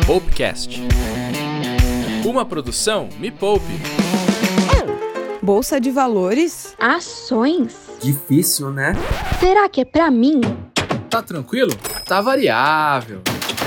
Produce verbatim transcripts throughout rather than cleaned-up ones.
Poupecast. Uma produção Me Poupe. Bolsa de valores? Ações? Difícil, né? Será que é pra mim? Tá tranquilo? Tá variável.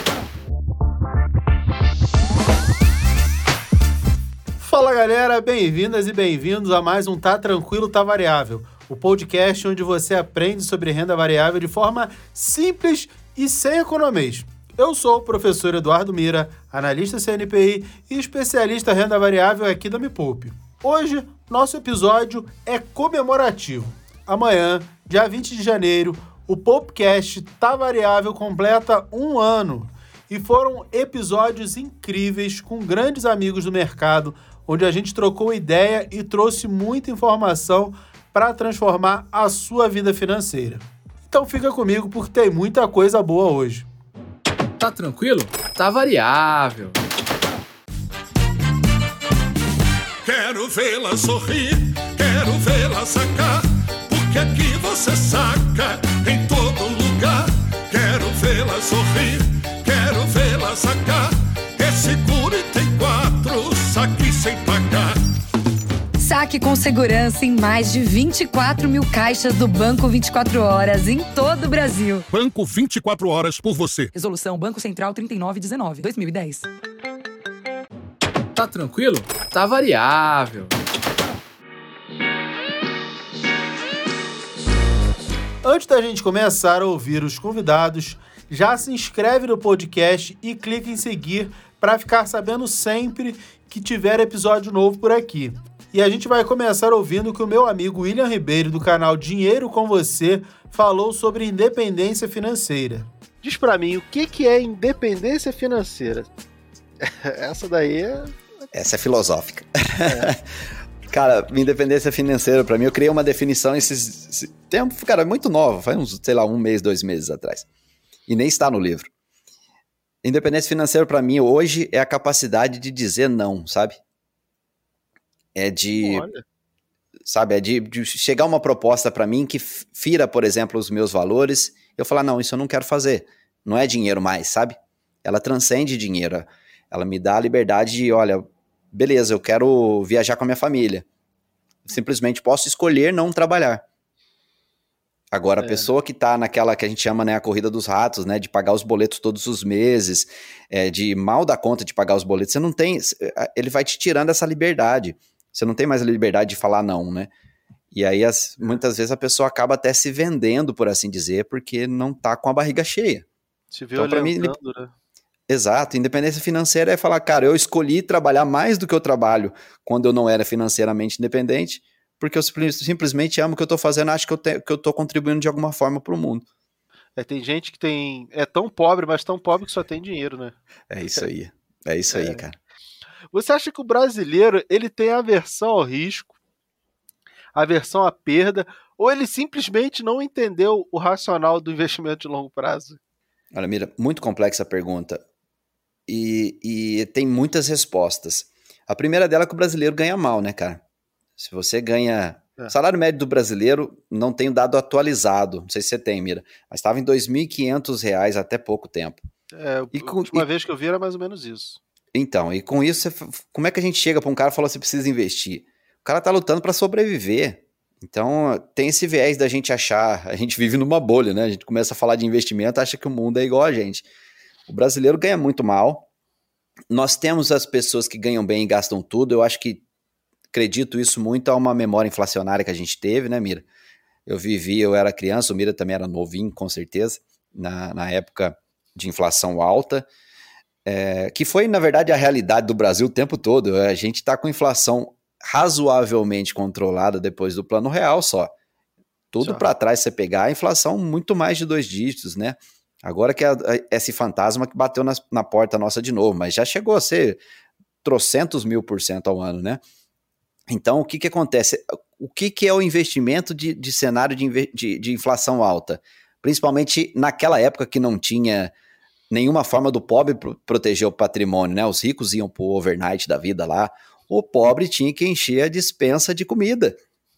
Fala galera, bem-vindas e bem-vindos a mais um Tá Tranquilo, Tá Variável, o podcast onde você aprende sobre renda variável de forma simples e sem economês. Eu sou o professor Eduardo Mira, analista C N P I e especialista em renda variável aqui da Me Poupe. Hoje, nosso episódio é comemorativo. Amanhã, dia vinte de janeiro, o Poupecast Tá Variável completa um ano. E foram episódios incríveis com grandes amigos do mercado, onde a gente trocou ideia e trouxe muita informação para transformar a sua vida financeira. Então fica comigo porque tem muita coisa boa hoje. Tá tranquilo? Tá variável. Quero vê-la sorrir, quero vê-la sacar, porque aqui você saca em todo lugar. Quero vê-la sorrir, quero vê-la sacar, é seguro e tem quatro, saque sem pagar. Saque com segurança em mais de vinte e quatro mil caixas do Banco vinte e quatro Horas em todo o Brasil. Banco vinte e quatro horas por você. Resolução Banco Central trinta e nove dezenove, dois mil e dez. Tá tranquilo? Tá variável. Antes da gente começar a ouvir os convidados, já se inscreve no podcast e clica em seguir para ficar sabendo sempre que tiver episódio novo por aqui. E a gente vai começar ouvindo o que o meu amigo William Ribeiro, do canal Dinheiro com Você, falou sobre independência financeira. Diz pra mim, o que, que é independência financeira? Essa daí é... Essa é filosófica. É. Cara, independência financeira, pra mim, eu criei uma definição esses, esse tempo, cara, muito nova, faz uns, sei lá, um mês, dois meses atrás. E nem está no livro. Independência financeira, pra mim, hoje, é a capacidade de dizer não, sabe? É de, Olha. sabe, é de, de chegar uma proposta pra mim que fira, por exemplo, os meus valores, eu falar, não, isso eu não quero fazer. Não é dinheiro mais, sabe? Ela transcende dinheiro. Ela me dá a liberdade de, olha, beleza, eu quero viajar com a minha família. Simplesmente posso escolher não trabalhar. Agora, é. a pessoa que tá naquela que a gente chama, né, a corrida dos ratos, né, de pagar os boletos todos os meses, é, de mal dar conta de pagar os boletos, você não tem, ele vai te tirando essa liberdade. Você não tem mais a liberdade de falar não, né? E aí, as, muitas vezes, a pessoa acaba até se vendendo, por assim dizer, porque não tá com a barriga cheia. Se vê então, orientando, mim, né? Exato, independência financeira é falar, cara, eu escolhi trabalhar mais do que eu trabalho quando eu não era financeiramente independente, porque eu simplesmente amo o que eu tô fazendo, acho que eu, te, que eu tô contribuindo de alguma forma pro mundo. É, tem gente que tem é tão pobre, mas tão pobre que só tem dinheiro, né? É isso aí, é isso é. aí, cara. Você acha que o brasileiro, ele tem aversão ao risco, aversão à perda, ou ele simplesmente não entendeu o racional do investimento de longo prazo? Olha, Mira, muito complexa a pergunta. E, e tem muitas respostas. A primeira dela é que o brasileiro ganha mal, né, cara? Se você ganha... É. O salário médio do brasileiro, não tem o dado atualizado, não sei se você tem, Mira, mas estava em dois mil e quinhentos reais até pouco tempo. É, e com, a última e... vez que eu vi era mais ou menos isso. Então, e com isso, você, como é que a gente chega para um cara e fala que você precisa investir? O cara tá lutando para sobreviver. Então, tem esse viés da gente achar, a gente vive numa bolha, né? A gente começa a falar de investimento, acha que o mundo é igual a gente. O brasileiro ganha muito mal. Nós temos as pessoas que ganham bem e gastam tudo. Eu acho que acredito isso muito a uma memória inflacionária que a gente teve, né, Mira? Eu vivi, eu era criança, o Mira também era novinho, com certeza, na, na época de inflação alta. É, que foi, na verdade, a realidade do Brasil o tempo todo. A gente está com inflação razoavelmente controlada depois do Plano Real só. Tudo para trás, você pegar a inflação muito mais de dois dígitos, né? Agora que é esse fantasma que bateu na, na porta nossa de novo, mas já chegou a ser trocentos mil por cento ao ano, né? Então, o que que acontece? O que que é o investimento de, de cenário de, de, de inflação alta? Principalmente naquela época que não tinha nenhuma forma do pobre proteger o patrimônio, né? Os ricos iam pro overnight da vida lá, o pobre tinha que encher a despensa de comida.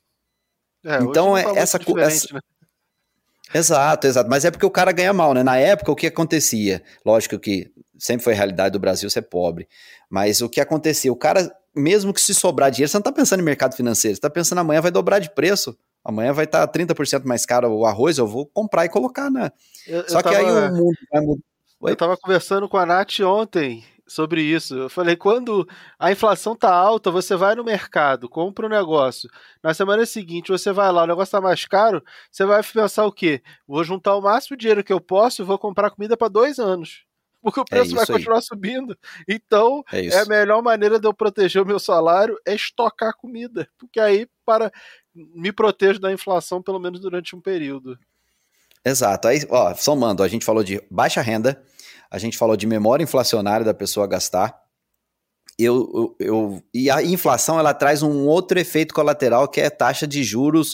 É, então, hoje não tá essa, essa, né? Exato, exato. Mas é porque o cara ganha mal, né? Na época, o que acontecia? Lógico que sempre foi a realidade do Brasil ser pobre. Mas o que acontecia? O cara, mesmo que se sobrar dinheiro, você não está pensando em mercado financeiro, você está pensando amanhã vai dobrar de preço. Amanhã vai estar trinta por cento mais caro o arroz, eu vou comprar e colocar, né? Eu, Só eu que tava, aí o mundo vai mudar. Eu tava conversando com a Nath ontem sobre isso. Eu falei, quando a inflação tá alta, você vai no mercado, compra um negócio. Na semana seguinte, você vai lá, o negócio tá mais caro, você vai pensar o quê? Vou juntar o máximo de dinheiro que eu posso e vou comprar comida para dois anos. Porque o preço é vai aí. continuar subindo. Então, é, é a melhor maneira de eu proteger o meu salário é estocar comida. Porque aí, para me protejo da inflação, pelo menos durante um período. Exato. Aí, ó, somando, a gente falou de baixa renda, a gente falou de memória inflacionária da pessoa gastar. Eu, eu, eu, e a inflação, ela traz um outro efeito colateral, que é taxa de juros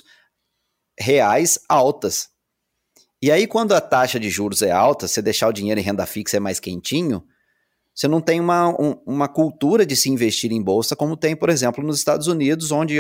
reais altas. E aí, quando a taxa de juros é alta, você deixar o dinheiro em renda fixa é mais quentinho, você não tem uma, um, uma cultura de se investir em bolsa, como tem, por exemplo, nos Estados Unidos, onde,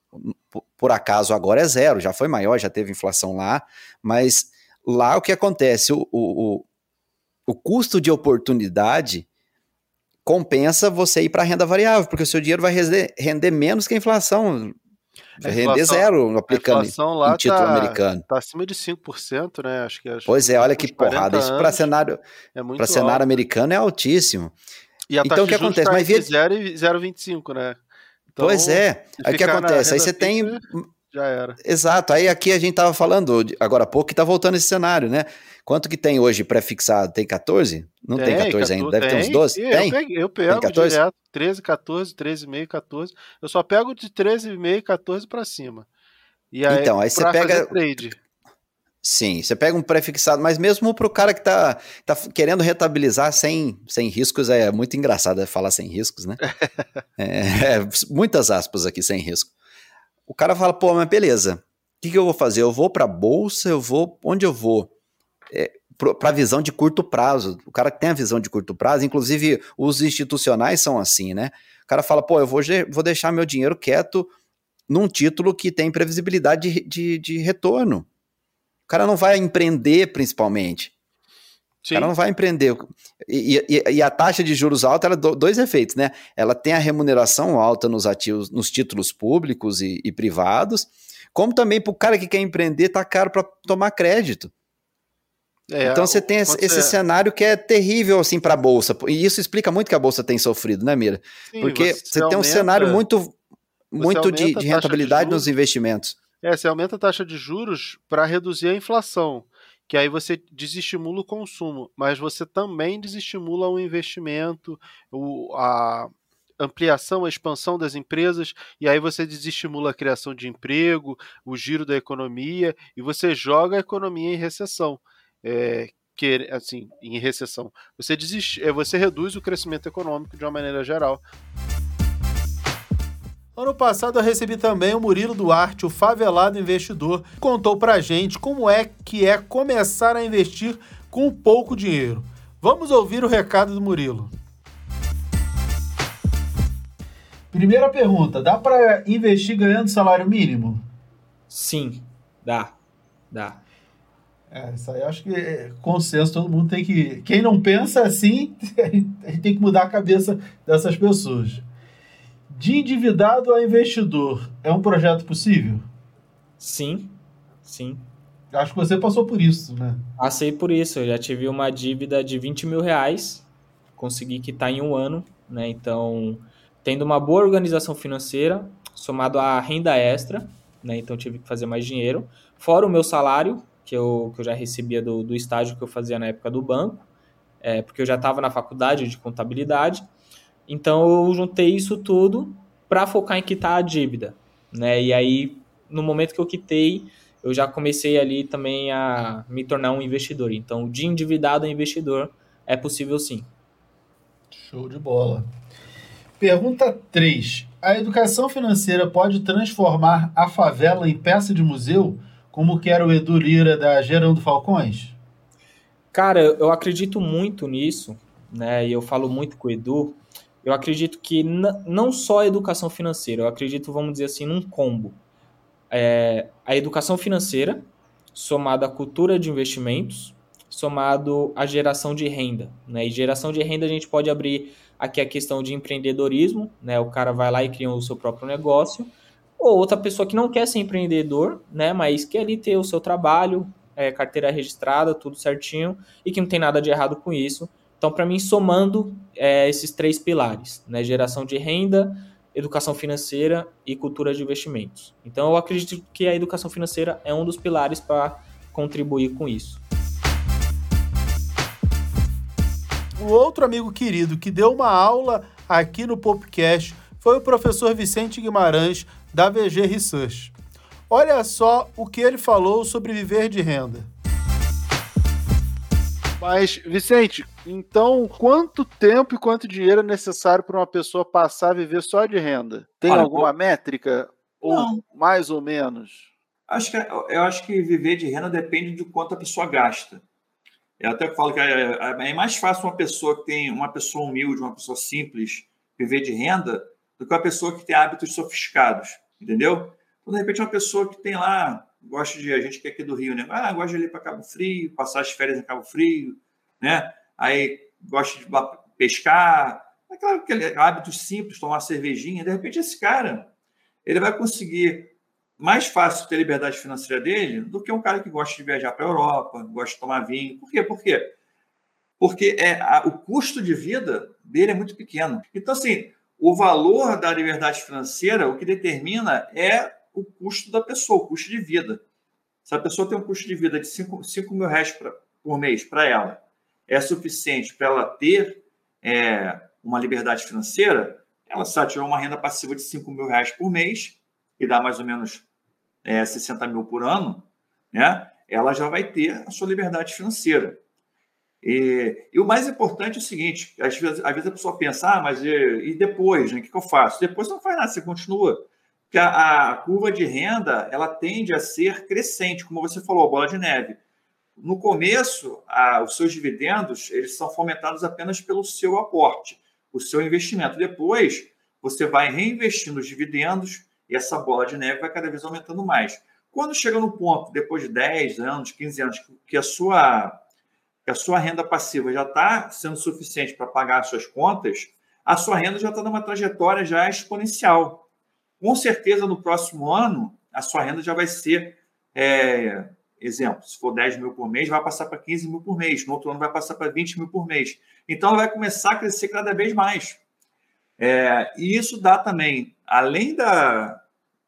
por acaso, agora é zero, já foi maior, já teve inflação lá, mas lá o que acontece? O, o, o custo de oportunidade compensa você ir para a renda variável, porque o seu dinheiro vai render, render menos que a inflação. Vai render zero aplicando lá em título tá, americano. Está acima de cinco por cento, né? Acho que, acho pois é, olha que porrada. Isso para cenário, é cenário americano é altíssimo. E a taxa então o que de juros acontece? tá Mas via... zero e zero vírgula vinte e cinco, né? Então, pois é. Aí o que acontece? Aí você tem... Já era. Exato. Aí aqui a gente estava falando, agora há pouco, que está voltando esse cenário, né? Quanto que tem hoje pré-fixado? Tem quatorze? Não tem, tem quatorze ainda? Deve tem. ter uns doze? Eu tem? Pego, eu pego direto, treze, quatorze, treze e meio, quatorze. Eu só pego de treze e meio, quatorze para cima. E aí, então, aí você pega... trade. Sim, você pega um pré-fixado, mas mesmo para o cara que está tá querendo rentabilizar sem, sem riscos, é muito engraçado falar sem riscos, né? é, é, muitas aspas aqui, sem risco. O cara fala, pô, mas beleza, o que, que eu vou fazer? Eu vou para a bolsa, eu vou... Onde eu vou? É, para a visão de curto prazo. O cara que tem a visão de curto prazo, inclusive os institucionais são assim, né? O cara fala, pô, eu vou, vou deixar meu dinheiro quieto num título que tem previsibilidade de, de, de retorno. O cara não vai empreender, principalmente. Sim. O cara não vai empreender. E, e, e a taxa de juros alta, ela tem dois efeitos, né? Ela tem a remuneração alta nos ativos, nos títulos públicos e, e privados, como também para o cara que quer empreender, tá caro para tomar crédito. É, então você tem esse, esse cenário que é terrível assim para a Bolsa. E isso explica muito que a Bolsa tem sofrido, né, Mira? Sim, Porque você, você tem um cenário muito, muito de, de rentabilidade de nos investimentos. É, você aumenta a taxa de juros para reduzir a inflação, que aí você desestimula o consumo, mas você também desestimula o investimento, o, a ampliação, a expansão das empresas, e aí você desestimula a criação de emprego, o giro da economia, e você joga a economia em recessão. É, que, assim, em recessão. Você, desiste, você reduz o crescimento econômico de uma maneira geral. Ano passado eu recebi também o Murilo Duarte, o favelado investidor, que contou pra gente como é que é começar a investir com pouco dinheiro. Vamos ouvir o recado do Murilo. Primeira pergunta, dá pra investir ganhando salário mínimo? Sim, dá, dá. É, isso aí eu acho que é consenso, todo mundo tem que... Quem não pensa assim, a gente tem que mudar a cabeça dessas pessoas. De endividado a investidor, é um projeto possível? Sim, sim. Acho que você passou por isso, né? Passei por isso, eu já tive uma dívida de vinte mil reais, consegui quitar em um ano, né? Então, tendo uma boa organização financeira, somado à renda extra, né? Então tive que fazer mais dinheiro, fora o meu salário, que eu, que eu já recebia do, do estágio que eu fazia na época do banco, é, porque eu já estava na faculdade de contabilidade. Então eu juntei isso tudo para focar em quitar a dívida, né? E aí, no momento que eu quitei, eu já comecei ali também a me tornar um investidor. Então, de endividado a investidor, é possível sim. Show de bola. Pergunta três. A educação financeira pode transformar a favela em peça de museu, como quer o Edu Lira da Gerando Falcões? Cara, eu acredito muito nisso, né? E eu falo muito com o Edu. Eu acredito que n- não só a educação financeira, eu acredito, vamos dizer assim, num combo. É, a educação financeira, somada à cultura de investimentos, somado à geração de renda, né? E geração de renda a gente pode abrir aqui a questão de empreendedorismo, né? O cara vai lá e cria o seu próprio negócio, ou outra pessoa que não quer ser empreendedor, né? Mas quer ali ter o seu trabalho, é, carteira registrada, tudo certinho, e que não tem nada de errado com isso. Então, para mim, somando é, esses três pilares, né? Geração de renda, educação financeira e cultura de investimentos. Então, eu acredito que a educação financeira é um dos pilares para contribuir com isso. O outro amigo querido que deu uma aula aqui no podcast foi o professor Vicente Guimarães, da V G Research. Olha só o que ele falou sobre viver de renda. Mas, Vicente, então quanto tempo e quanto dinheiro é necessário para uma pessoa passar a viver só de renda? Tem Olha, alguma eu... métrica? Não. Ou mais ou menos? Acho que, eu acho que viver de renda depende de quanto a pessoa gasta. Eu até falo que é, é mais fácil uma pessoa que tem uma pessoa humilde, uma pessoa simples, viver de renda, do que uma pessoa que tem hábitos sofisticados, entendeu? Então, de repente, uma pessoa que tem lá, gosta de, a gente que é aqui do Rio, né? Ah, gosta de ir para Cabo Frio, passar as férias em Cabo Frio, né? Aí gosta de pescar, aquele, aquele hábitos simples, tomar uma cervejinha. De repente, esse cara, ele vai conseguir mais fácil ter a liberdade financeira dele do que um cara que gosta de viajar para a Europa, gosta de tomar vinho. Por quê? Por quê? Porque é, a, o custo de vida dele é muito pequeno. Então, assim, o valor da liberdade financeira, o que determina é o custo da pessoa, o custo de vida. Se a pessoa tem um custo de vida de cinco mil reais pra, por mês para ela, é suficiente para ela ter é, uma liberdade financeira, ela, se ela tiver uma renda passiva de cinco mil reais por mês, que dá mais ou menos é, sessenta mil por ano, né? Ela já vai ter a sua liberdade financeira. E, e o mais importante é o seguinte, às vezes, às vezes a pessoa pensa, ah, mas e, e depois, né? O que, que eu faço? Depois você não faz nada, você continua. Porque a, a curva de renda, ela tende a ser crescente, como você falou, a bola de neve. No começo, a, os seus dividendos, eles são fomentados apenas pelo seu aporte, o seu investimento. Depois, você vai reinvestindo os dividendos e essa bola de neve vai cada vez aumentando mais. Quando chega no ponto, depois de dez anos, quinze anos, que a sua, que a sua renda passiva já está sendo suficiente para pagar as suas contas, a sua renda já está numa trajetória já exponencial. Com certeza, no próximo ano, a sua renda já vai ser, é, exemplo, se for dez mil por mês, vai passar para quinze mil por mês. No outro ano, vai passar para vinte mil por mês. Então, ela vai começar a crescer cada vez mais. É, e isso dá também, além da,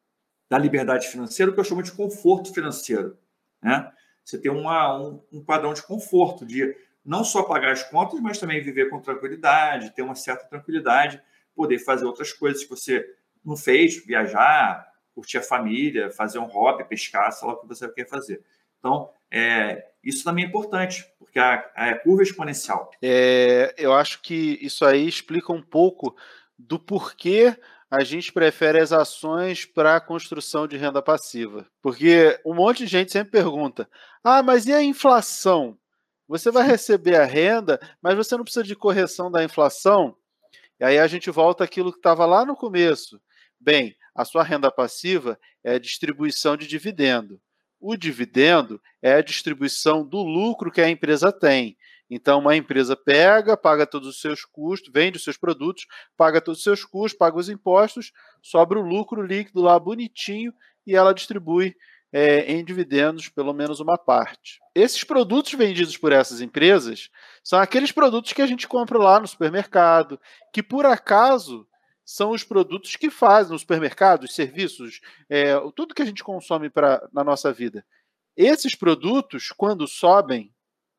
da liberdade financeira, o que eu chamo de conforto financeiro, né? Você tem uma, um, um padrão de conforto, de não só pagar as contas, mas também viver com tranquilidade, ter uma certa tranquilidade, poder fazer outras coisas que você não fez, viajar, curtir a família, fazer um hobby, pescar, sei lá o que você quer fazer. Então, é, isso também é importante, porque a, a curva é exponencial. É, eu acho que isso aí explica um pouco do porquê a gente prefere as ações para a construção de renda passiva. Porque um monte de gente sempre pergunta, ah, mas e a inflação? Você vai receber a renda, mas você não precisa de correção da inflação? E aí a gente volta àquilo que estava lá no começo. Bem, a sua renda passiva é a distribuição de dividendo. O dividendo é a distribuição do lucro que a empresa tem. Então, uma empresa pega, paga todos os seus custos, vende os seus produtos, paga todos os seus custos, paga os impostos, sobra o lucro líquido lá bonitinho e ela distribui é, em dividendos pelo menos uma parte. Esses produtos vendidos por essas empresas são aqueles produtos que a gente compra lá no supermercado, que por acaso são os produtos que fazem no supermercado, os serviços, é, tudo que a gente consome pra, na nossa vida. Esses produtos, quando sobem,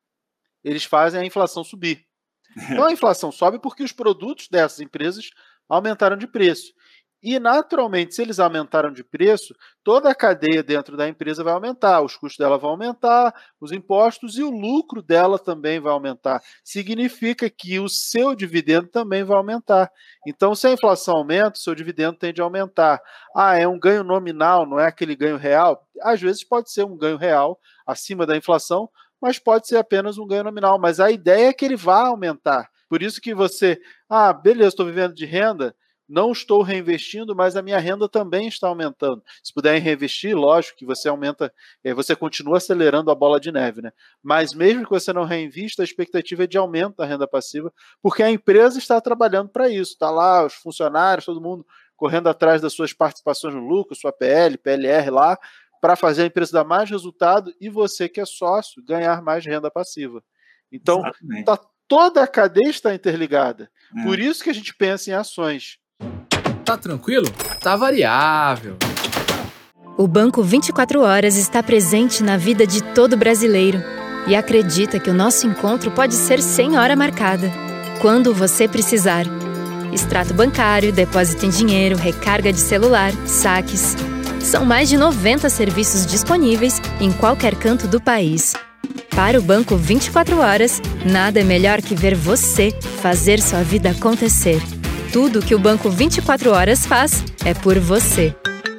eles fazem a inflação subir. Então, a inflação sobe porque os produtos dessas empresas aumentaram de preço. E, naturalmente, se eles aumentaram de preço, toda a cadeia dentro da empresa vai aumentar. Os custos dela vão aumentar, os impostos e o lucro dela também vai aumentar. Significa que o seu dividendo também vai aumentar. Então, se a inflação aumenta, o seu dividendo tende a aumentar. Ah, é um ganho nominal, não é aquele ganho real? Às vezes pode ser um ganho real acima da inflação, mas pode ser apenas um ganho nominal. Mas a ideia é que ele vá aumentar. Por isso que você, ah, beleza, estou vivendo de renda, não estou reinvestindo, mas a minha renda também está aumentando. Se puderem reinvestir, lógico que você aumenta, você continua acelerando a bola de neve, né? Mas mesmo que você não reinvista, a expectativa é de aumento da renda passiva, porque a empresa está trabalhando para isso. Está lá, os funcionários, todo mundo correndo atrás das suas participações no lucro, sua P L, P L R lá, para fazer a empresa dar mais resultado e você que é sócio ganhar mais renda passiva. Então, tá, toda a cadeia está interligada. É. Por isso que a gente pensa em ações. Tá tranquilo? Tá variável. O Banco vinte e quatro Horas está presente na vida de todo brasileiro e acredita que o nosso encontro pode ser sem hora marcada, quando você precisar. Extrato bancário, depósito em dinheiro, recarga de celular, saques. São mais de noventa serviços disponíveis em qualquer canto do país. Para o Banco vinte e quatro Horas, nada é melhor que ver você fazer sua vida acontecer. Tudo que o Banco vinte e quatro Horas faz é por você.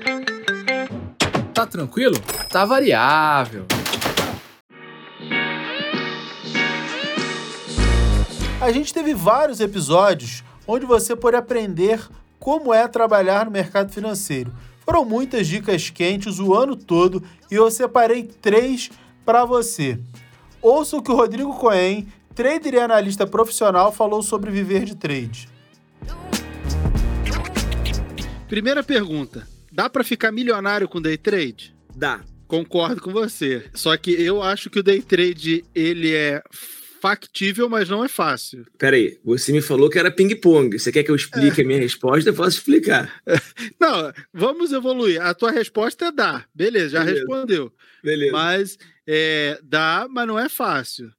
Tá tranquilo? Tá variável. A gente teve vários episódios onde você pode aprender como é trabalhar no mercado financeiro. Foram muitas dicas quentes o ano todo e eu separei três para você. Ouça o que o Rodrigo Cohen, trader e analista profissional, falou sobre viver de trade. Primeira pergunta, dá para ficar milionário com day trade? Dá. Concordo com você, só que eu acho que o day trade ele é factível, mas não é fácil. Peraí, você me falou que era ping-pong. Você quer que eu explique é. a minha resposta? Eu posso explicar. Não, vamos evoluir. A tua resposta é dá. Beleza, já Beleza. respondeu. Beleza. Mas é, dá, mas não é fácil.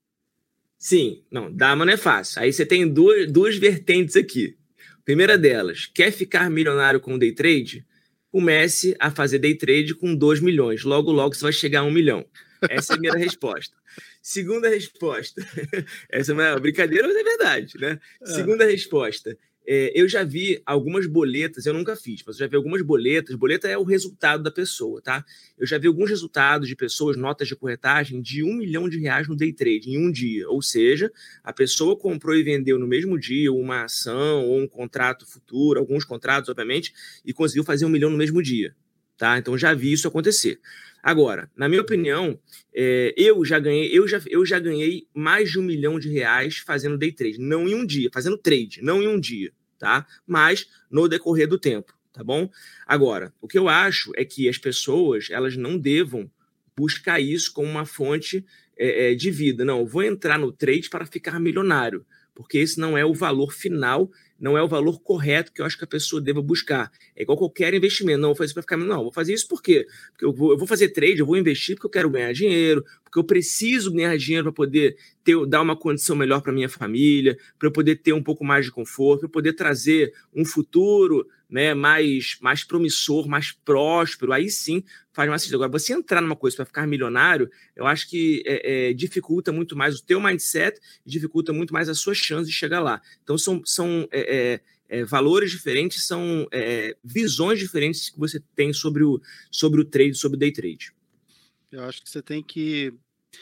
Sim, não, dá, mas não é fácil. Aí você tem duas, duas vertentes aqui. Primeira delas, quer ficar milionário com day trade? Comece a fazer day trade com dois milhões. Logo, logo você vai chegar a um milhão. Essa é a primeira resposta. Segunda resposta. Essa é uma brincadeira, mas é verdade, né? É. Segunda resposta. É, eu já vi algumas boletas, eu nunca fiz, mas eu já vi algumas boletas. Boleta é o resultado da pessoa, tá? Eu já vi alguns resultados de pessoas, notas de corretagem, de um milhão de reais no day trade, em um dia. Ou seja, a pessoa comprou e vendeu no mesmo dia uma ação ou um contrato futuro, alguns contratos, obviamente, e conseguiu fazer um milhão no mesmo dia, tá? Então já vi isso acontecer. Agora, na minha opinião, é, eu, já ganhei, eu, já, eu já ganhei mais de um milhão de reais fazendo day trade, não em um dia, fazendo trade, não em um dia, tá? Mas no decorrer do tempo, tá bom? Agora, o que eu acho é que as pessoas, elas não devam buscar isso como uma fonte é, é, de vida. Não, eu vou entrar no trade para ficar milionário, porque esse não é o valor final, não é o valor correto que eu acho que a pessoa deva buscar. É igual qualquer investimento. Não, vou fazer isso para ficar... Não, vou fazer isso por quê? Porque eu vou, eu vou fazer trade, eu vou investir porque eu quero ganhar dinheiro, porque eu preciso ganhar dinheiro para poder ter, dar uma condição melhor para minha família, para eu poder ter um pouco mais de conforto, para eu poder trazer um futuro, né, mais, mais promissor, mais próspero. Aí sim faz mais sentido. Agora, você entrar numa coisa para ficar milionário, eu acho que é, é, dificulta muito mais o teu mindset e dificulta muito mais as suas chances de chegar lá. Então, são... são é, é, É, valores diferentes, são é, visões diferentes que você tem sobre o, sobre o trade, sobre o day trade. Eu acho que você tem que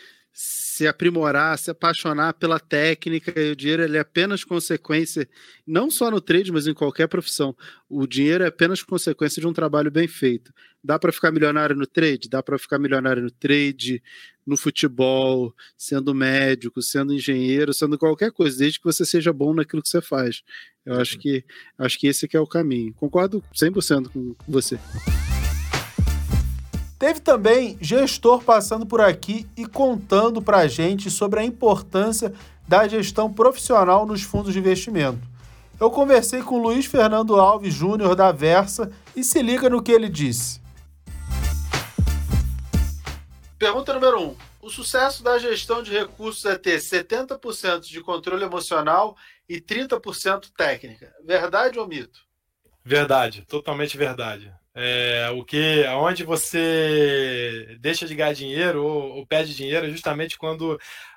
se aprimorar, se apaixonar pela técnica, e o dinheiro ele é apenas consequência, não só no trade, mas em qualquer profissão. O dinheiro é apenas consequência de um trabalho bem feito. Dá para ficar milionário no trade? Dá para ficar milionário no trade, no futebol, sendo médico, sendo engenheiro, sendo qualquer coisa, desde que você seja bom naquilo que você faz. Eu acho que, acho que esse que é o caminho. Concordo cem por cento com você. Teve também gestor passando por aqui e contando para a gente sobre a importância da gestão profissional nos fundos de investimento. Eu conversei com o Luiz Fernando Alves Júnior da Versa e se liga no que ele disse. Pergunta número um. O sucesso da gestão de recursos é ter setenta por cento de controle emocional e trinta por cento técnica. Verdade ou mito? Verdade, totalmente verdade. É, o que, aonde você deixa de ganhar dinheiro ou, ou perde dinheiro é justamente quando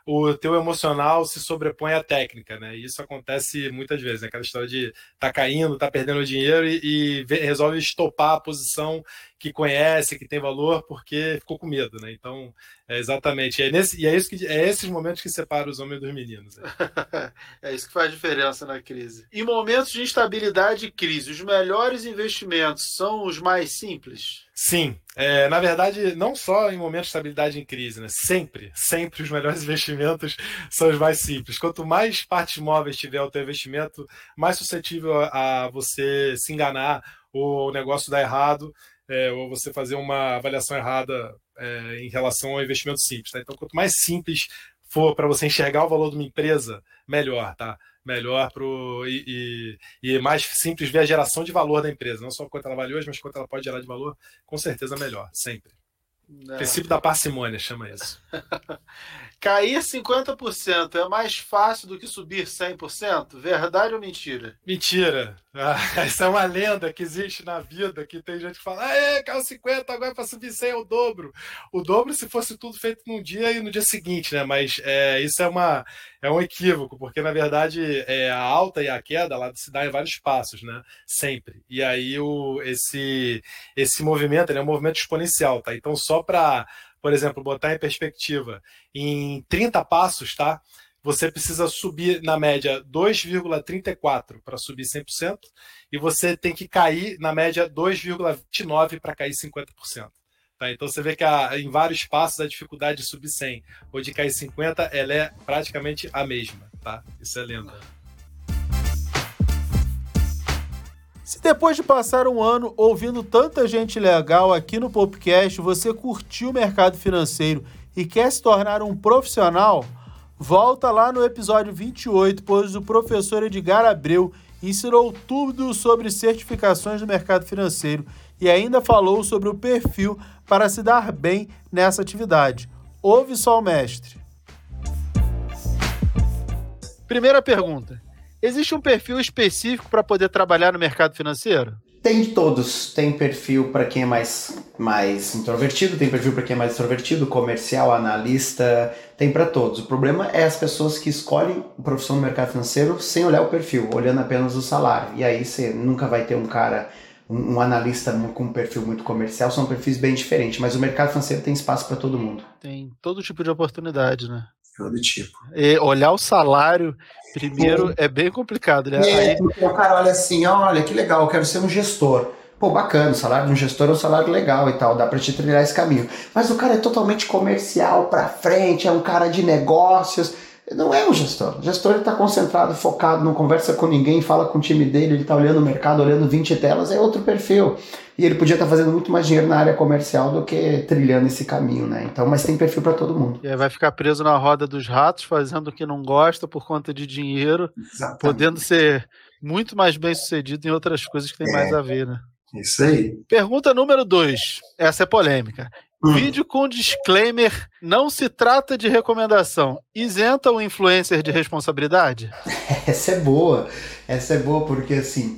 o teu emocional se sobrepõe à técnica, né? E isso acontece muitas vezes, né? Aquela história de tá caindo, tá perdendo dinheiro e, e resolve estopar a posição que conhece, que tem valor, porque ficou com medo, né? Então, é exatamente. E é, nesse, e é, isso que, é esses momentos que separam os homens dos meninos. Né? É isso que faz diferença na crise. Em momentos de instabilidade e crise, os melhores investimentos são os mais simples? Sim. É, na verdade, não só em momentos de estabilidade em crise, né? Sempre, sempre os melhores investimentos são os mais simples. Quanto mais partes móveis tiver o teu investimento, mais suscetível a, a você se enganar ou o negócio dar errado, é, ou você fazer uma avaliação errada é, em relação ao investimento simples. Tá? Então, quanto mais simples for para você enxergar o valor de uma empresa, melhor, tá? Melhor pro, e, e, e mais simples ver a geração de valor da empresa. Não só quanto ela vale hoje, mas quanto ela pode gerar de valor, com certeza melhor, sempre. É. Princípio da parcimônia, chama isso. Cair cinquenta por cento é mais fácil do que subir cem por cento? Verdade ou mentira? Mentira. Ah, isso é uma lenda que existe na vida, que tem gente que fala, ah, caiu cinquenta, agora para subir cem é o dobro. O dobro se fosse tudo feito num dia e no dia seguinte, né? Mas é, isso é, uma, é um equívoco, porque na verdade é, a alta e a queda ela se dá em vários passos, né? Sempre. E aí o, esse, esse movimento ele é um movimento exponencial, tá? Então só para, por exemplo, botar em perspectiva, em trinta passos, tá? Você precisa subir, na média, dois vírgula trinta e quatro para subir cem por cento e você tem que cair, na média, dois vírgula vinte e nove para cair cinquenta por cento. Tá? Então você vê que a, em vários passos a dificuldade de subir cem ou de cair cinquenta, ela é praticamente a mesma. Tá? Isso é lenda. Se depois de passar um ano ouvindo tanta gente legal aqui no podcast, você curtiu o mercado financeiro e quer se tornar um profissional, volta lá no episódio vinte e oito, pois o professor Edgar Abreu ensinou tudo sobre certificações do mercado financeiro e ainda falou sobre o perfil para se dar bem nessa atividade. Ouve só o mestre. Primeira pergunta. Existe um perfil específico para poder trabalhar no mercado financeiro? Tem de todos. Tem perfil para quem é mais, mais introvertido, tem perfil para quem é mais extrovertido, comercial, analista, tem para todos. O problema é as pessoas que escolhem a profissão no mercado financeiro sem olhar o perfil, olhando apenas o salário. E aí você nunca vai ter um cara, um, um analista com um perfil muito comercial, são perfis bem diferentes, mas o mercado financeiro tem espaço para todo mundo. Tem todo tipo de oportunidade, né? Todo tipo. E olhar o salário primeiro é, é bem complicado, né? É, Aí... porque o cara olha assim, olha que legal, eu quero ser um gestor. Pô, bacana, o salário de um gestor é um salário legal e tal, dá pra te trilhar esse caminho. Mas o cara é totalmente comercial pra frente, é um cara de negócios. Não é um gestor. O gestor ele tá concentrado, focado, não conversa com ninguém, fala com o time dele, ele tá olhando o mercado, olhando vinte telas, é outro perfil. E ele podia estar tá fazendo muito mais dinheiro na área comercial do que trilhando esse caminho, né? Então, mas tem perfil para todo mundo. E aí vai ficar preso na roda dos ratos, fazendo o que não gosta por conta de dinheiro, exatamente, podendo ser muito mais bem sucedido em outras coisas que tem é, mais a ver, né? Isso aí. Pergunta número dois. Essa é polêmica. Hum. Vídeo com disclaimer, não se trata de recomendação. Isenta o influencer de responsabilidade? Essa é boa. Essa é boa porque, assim,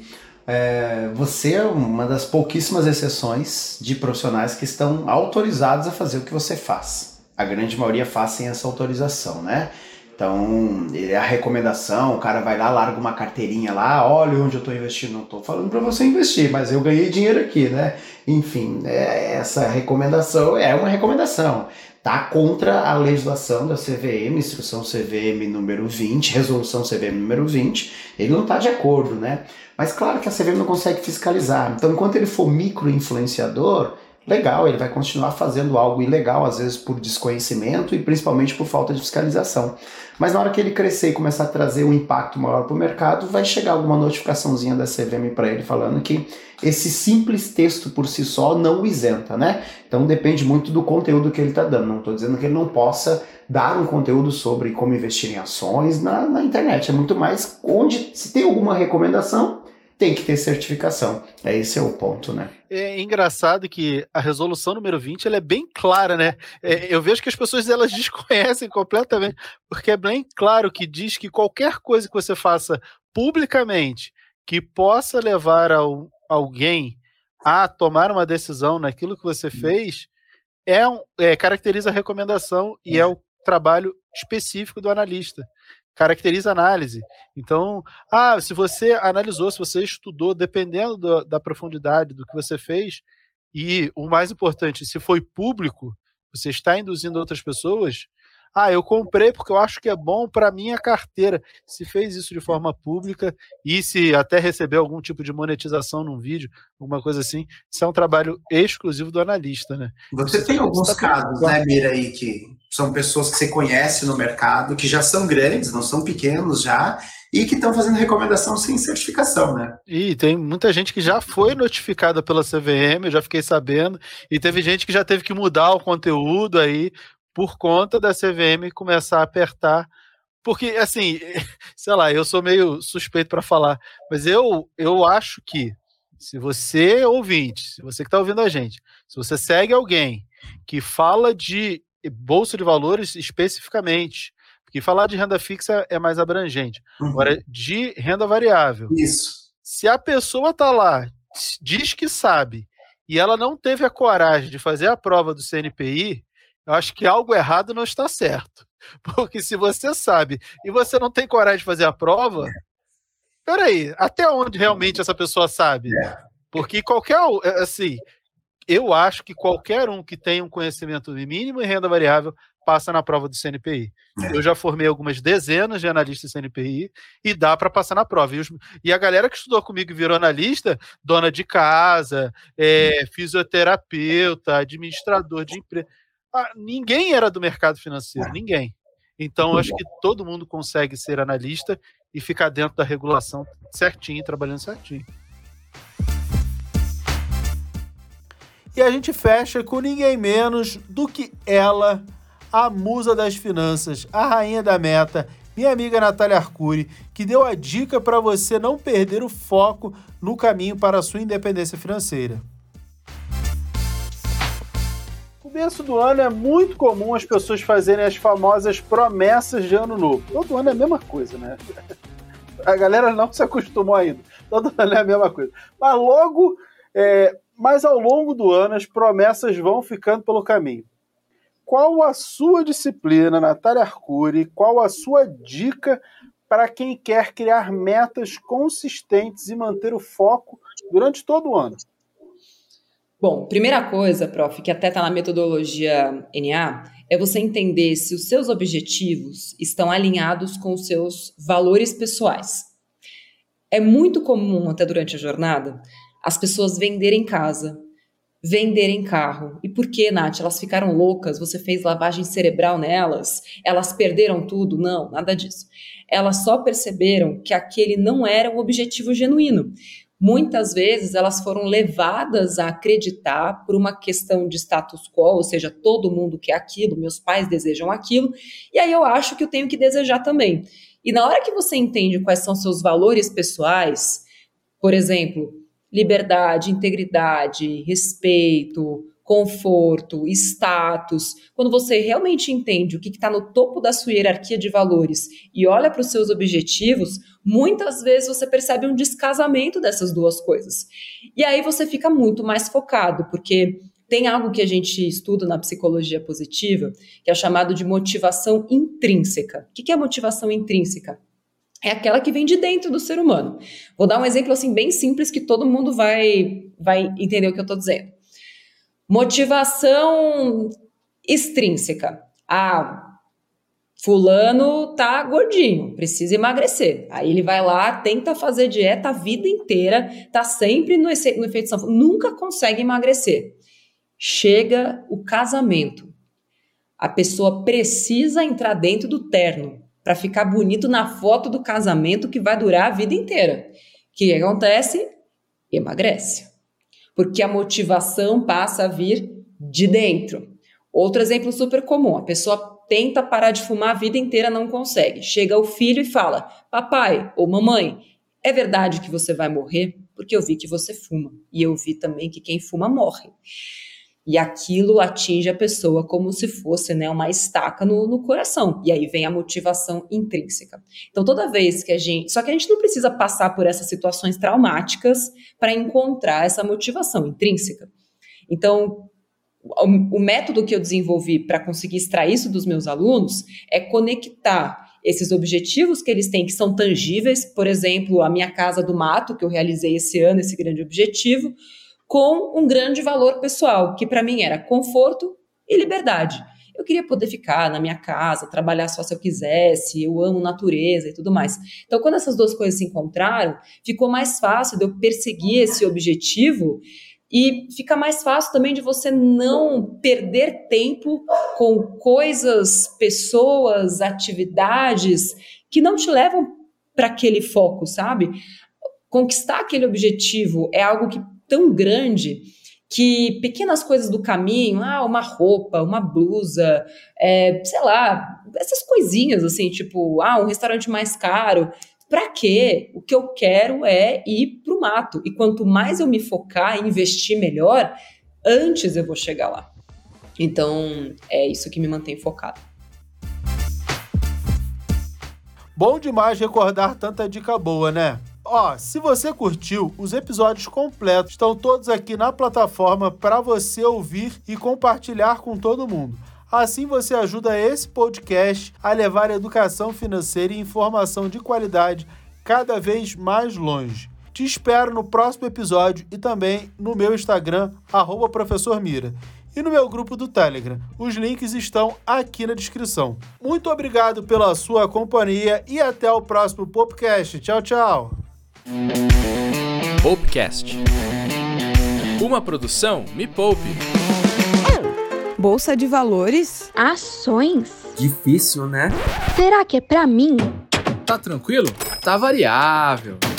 é, você é uma das pouquíssimas exceções de profissionais que estão autorizados a fazer o que você faz. A grande maioria faz sem essa autorização, né? Então, a recomendação, o cara vai lá, larga uma carteirinha lá, olha onde eu estou investindo, não estou falando para você investir, mas eu ganhei dinheiro aqui, né? Enfim, é, essa recomendação é uma recomendação. Tá contra a legislação da C V M, instrução C V M número vinte, resolução C V M número vinte, ele não está de acordo, né? Mas claro que a C V M não consegue fiscalizar. Então, enquanto ele for micro-influenciador, legal, ele vai continuar fazendo algo ilegal, às vezes por desconhecimento e principalmente por falta de fiscalização. Mas na hora que ele crescer e começar a trazer um impacto maior para o mercado, vai chegar alguma notificaçãozinha da C V M para ele falando que esse simples texto por si só não o isenta, né? Então depende muito do conteúdo que ele está dando. Não estou dizendo que ele não possa dar um conteúdo sobre como investir em ações na, na internet. É muito mais onde, se tem alguma recomendação, tem que ter certificação. Esse é o ponto, né? É engraçado que a resolução número vinte ela é bem clara, né? É, eu vejo que as pessoas elas desconhecem completamente, porque é bem claro que diz que qualquer coisa que você faça publicamente que possa levar ao, alguém a tomar uma decisão naquilo que você fez é, um, é caracteriza a recomendação e é o trabalho específico do analista. Caracteriza a análise. Então, ah, se você analisou, se você estudou, dependendo do, da profundidade do que você fez, e o mais importante, se foi público, você está induzindo outras pessoas, ah, eu comprei porque eu acho que é bom para minha carteira. Se fez isso de forma pública e se até receber algum tipo de monetização num vídeo, alguma coisa assim, isso é um trabalho exclusivo do analista, né? Você tem alguns tá casos, né, Mira, aí, que são pessoas que você conhece no mercado, que já são grandes, não são pequenos já, e que estão fazendo recomendação sem certificação, né? E tem muita gente que já foi notificada pela C V M, eu já fiquei sabendo, e teve gente que já teve que mudar o conteúdo aí, por conta da C V M começar a apertar, porque, assim, sei lá, eu sou meio suspeito para falar, mas eu, eu acho que, se você, ouvinte, se você que está ouvindo a gente, se você segue alguém que fala de bolsa de valores especificamente, porque falar de renda fixa é mais abrangente, uhum. Agora, de renda variável, isso. Se a pessoa está lá, diz que sabe, e ela não teve a coragem de fazer a prova do C N P I, eu acho que algo errado não está certo. Porque se você sabe e você não tem coragem de fazer a prova, peraí, até onde realmente essa pessoa sabe? Porque qualquer, assim, eu acho que qualquer um que tenha um conhecimento mínimo em renda variável passa na prova do C N P I. Eu já formei algumas dezenas de analistas C N P I e dá para passar na prova. E, os, e a galera que estudou comigo e virou analista, dona de casa, é, fisioterapeuta, administrador de empresa, ah, ninguém era do mercado financeiro, ninguém. Então, acho que todo mundo consegue ser analista e ficar dentro da regulação certinho, trabalhando certinho. E a gente fecha com ninguém menos do que ela, a musa das finanças, a rainha da meta, minha amiga Natália Arcuri, que deu a dica para você não perder o foco no caminho para a sua independência financeira. No começo do ano é muito comum as pessoas fazerem as famosas promessas de ano novo. Todo ano é a mesma coisa, né? A galera não se acostumou ainda. Todo ano é a mesma coisa. Mas logo, é, mas ao longo do ano, as promessas vão ficando pelo caminho. Qual a sua disciplina, Natália Arcuri? Qual a sua dica para quem quer criar metas consistentes e manter o foco durante todo o ano? Bom, primeira coisa, prof, que até está na metodologia N A, é você entender se os seus objetivos estão alinhados com os seus valores pessoais. É muito comum, até durante a jornada, as pessoas venderem casa, venderem carro. E por que, Nath? Elas ficaram loucas? Você fez lavagem cerebral nelas? Elas perderam tudo? Não, nada disso. Elas só perceberam que aquele não era um objetivo genuíno. Muitas vezes elas foram levadas a acreditar por uma questão de status quo, ou seja, todo mundo quer aquilo, meus pais desejam aquilo, e aí eu acho que eu tenho que desejar também. E na hora que você entende quais são seus valores pessoais, por exemplo, liberdade, integridade, respeito, conforto, status, quando você realmente entende o que está no topo da sua hierarquia de valores e olha para os seus objetivos, muitas vezes você percebe um descasamento dessas duas coisas. E aí você fica muito mais focado, porque tem algo que a gente estuda na psicologia positiva, que é chamado de motivação intrínseca. O que é motivação intrínseca? É aquela que vem de dentro do ser humano. Vou dar um exemplo assim bem simples que todo mundo vai, vai entender o que eu estou dizendo. Motivação extrínseca. Ah, fulano tá gordinho, precisa emagrecer. Aí ele vai lá, tenta fazer dieta a vida inteira, tá sempre no, no efeito sanfona, nunca consegue emagrecer. Chega o casamento. A pessoa precisa entrar dentro do terno para ficar bonito na foto do casamento que vai durar a vida inteira. O que acontece? Emagrece. Porque a motivação passa a vir de dentro. Outro exemplo super comum, a pessoa tenta parar de fumar a vida inteira, não consegue. Chega o filho e fala, papai ou mamãe, é verdade que você vai morrer? Porque eu vi que você fuma. E eu vi também que quem fuma morre. E aquilo atinge a pessoa como se fosse, né, uma estaca no, no coração. E aí vem a motivação intrínseca. Então, toda vez que a gente... Só que a gente não precisa passar por essas situações traumáticas para encontrar essa motivação intrínseca. Então, o, o método que eu desenvolvi para conseguir extrair isso dos meus alunos é conectar esses objetivos que eles têm, que são tangíveis, por exemplo, a minha casa do mato, que eu realizei esse ano, esse grande objetivo, com um grande valor pessoal, que para mim era conforto e liberdade. Eu queria poder ficar na minha casa, trabalhar só se eu quisesse, eu amo natureza e tudo mais. Então, quando essas duas coisas se encontraram, ficou mais fácil de eu perseguir esse objetivo e fica mais fácil também de você não perder tempo com coisas, pessoas, atividades que não te levam para aquele foco, sabe? Conquistar aquele objetivo é algo que, tão grande que pequenas coisas do caminho, ah, uma roupa, uma blusa, é, sei lá, essas coisinhas assim, tipo, ah, um restaurante mais caro. Pra quê? O que eu quero é ir pro mato. E quanto mais eu me focar e investir melhor, antes eu vou chegar lá. Então, é isso que me mantém focado. Bom demais recordar tanta dica boa, né? Ó, se você curtiu, os episódios completos estão todos aqui na plataforma para você ouvir e compartilhar com todo mundo. Assim você ajuda esse podcast a levar educação financeira e informação de qualidade cada vez mais longe. Te espero no próximo episódio e também no meu Instagram, arroba professor Mira, e no meu grupo do Telegram. Os links estão aqui na descrição. Muito obrigado pela sua companhia e até o próximo podcast. Tchau, tchau! Popcast. Uma produção Me Poupe. Bolsa de valores? Ações? Difícil, né? Será que é pra mim? Tá tranquilo? Tá variável.